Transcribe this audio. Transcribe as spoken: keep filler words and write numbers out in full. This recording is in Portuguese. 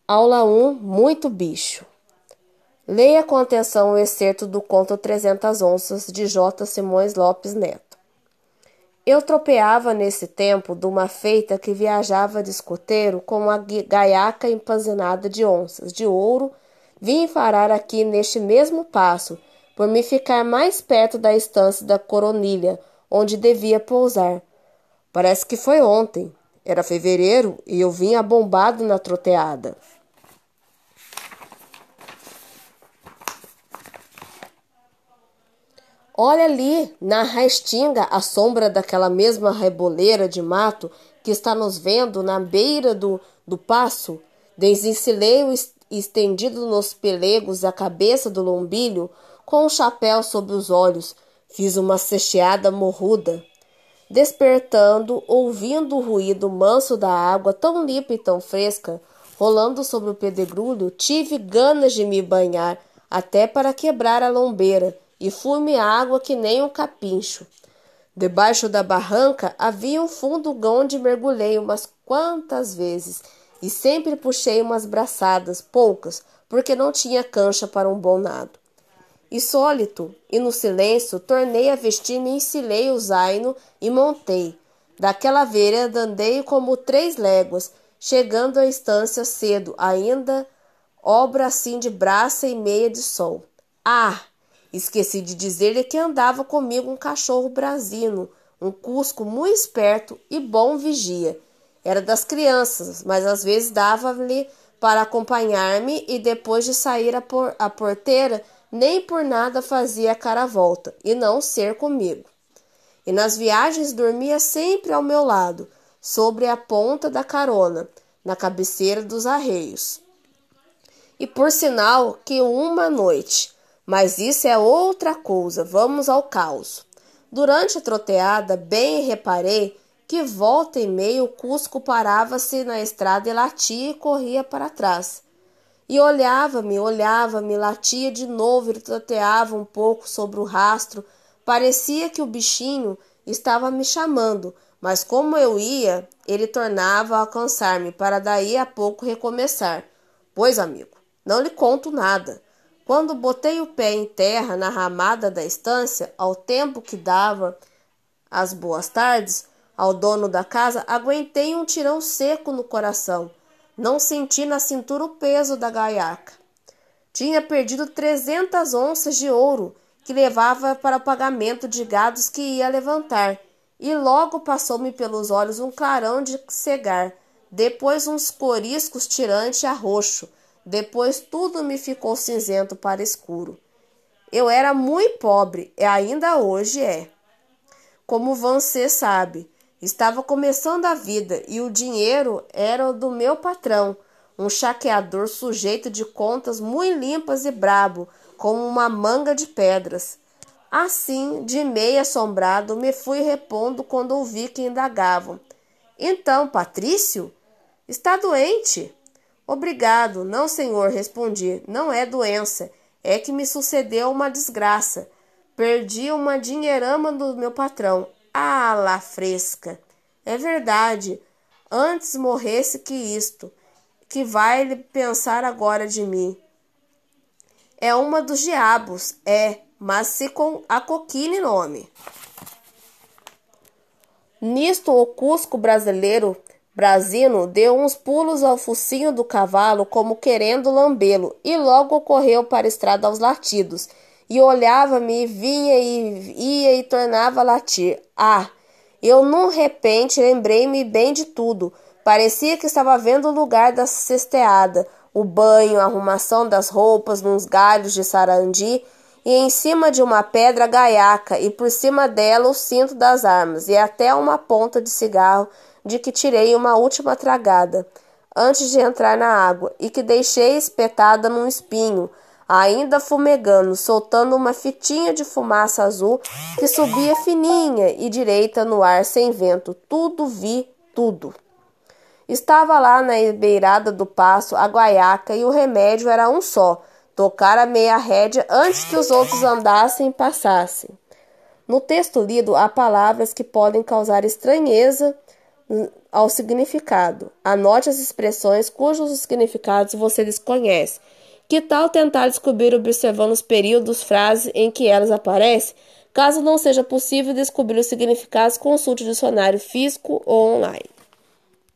Aula um, Muito bicho. Leia com atenção o excerto do conto trezentas onças de J. Simões Lopes Neto. Eu tropeava nesse tempo de uma feita que viajava de escoteiro com uma gaiaca empanzinada de onças de ouro. Vim parar aqui neste mesmo passo, por me ficar mais perto da estância da coronilha, onde devia pousar. Parece que foi ontem. Era fevereiro e eu vinha bombado na troteada. Olha ali, na restinga, a sombra daquela mesma reboleira de mato que está nos vendo na beira do, do passo. Desencilhei o estendido nos pelegos a cabeça do lombilho, com o chapéu sob os olhos. Fiz uma sesteada morruda. Despertando, ouvindo o ruído manso da água, tão limpa e tão fresca, rolando sobre o pedregulho, tive ganas de me banhar, até para quebrar a lombeira, e fui-me água que nem um capincho. Debaixo da barranca havia um fundo onde mergulhei umas quantas vezes, e sempre puxei umas braçadas, poucas, porque não tinha cancha para um bom nado. E sólito, e no silêncio, tornei a vestir-me, ensilei o zaino e montei. Daquela vereda andei como três léguas, chegando à estância cedo, ainda obra assim de braça e meia de sol. Ah! Esqueci de dizer-lhe que andava comigo um cachorro brasino, um cusco muito esperto e bom vigia. Era das crianças, mas às vezes dava-lhe para acompanhar-me e depois de sair a, por, a porteira, nem por nada fazia a cara volta, e não ser comigo. E nas viagens dormia sempre ao meu lado, sobre a ponta da carona, na cabeceira dos arreios. E por sinal que uma noite... Mas isso é outra coisa, vamos ao caos. Durante a troteada, bem reparei que volta e meia o cusco parava-se na estrada e latia e corria para trás. E olhava-me, olhava-me, latia de novo e troteava um pouco sobre o rastro. Parecia que o bichinho estava me chamando, mas como eu ia, ele tornava a alcançar-me para daí a pouco recomeçar. Pois, amigo, não lhe conto nada. Quando botei o pé em terra na ramada da estância, ao tempo que dava as boas tardes ao dono da casa, aguentei um tirão seco no coração. Não senti na cintura o peso da gaiaca. Tinha perdido trezentas onças de ouro que levava para o pagamento de gados que ia levantar, e logo passou-me pelos olhos um clarão de cegar, depois uns coriscos tirante a roxo. Depois tudo me ficou cinzento para escuro. Eu era muito pobre e ainda hoje é. Como você sabe, estava começando a vida e o dinheiro era o do meu patrão, um chaqueador sujeito de contas muito limpas e brabo, como uma manga de pedras. Assim, de meio assombrado, me fui repondo quando ouvi que indagavam. Então, Patrício, está doente? Obrigado, não, senhor, respondi. Não é doença, é que me sucedeu uma desgraça. Perdi uma dinheirama do meu patrão. Ah, lá fresca. É verdade, antes morresse que isto. Que vai pensar agora de mim? É uma dos diabos, é, mas se com a coquine nome. Nisto o cusco brasileiro Brasino deu uns pulos ao focinho do cavalo como querendo lambê-lo e logo correu para a estrada aos latidos e olhava-me, vinha e ia e tornava a latir. Ah, eu num repente lembrei-me bem de tudo. Parecia que estava vendo o lugar da cesteada, o banho, a arrumação das roupas nos galhos de sarandi e em cima de uma pedra gaiaca e por cima dela o cinto das armas e até uma ponta de cigarro de que tirei uma última tragada, antes de entrar na água, e que deixei espetada num espinho, ainda fumegando, soltando uma fitinha de fumaça azul que subia fininha e direita no ar sem vento. Tudo vi, tudo. Estava lá na beirada do passo a guaiaca e o remédio era um só, tocar a meia rédea antes que os outros andassem e passassem. No texto lido há palavras que podem causar estranheza ao significado. Anote as expressões cujos significados você desconhece. Que tal tentar descobrir observando os períodos, frases em que elas aparecem? Caso não seja possível descobrir os significados, consulte o dicionário físico ou online.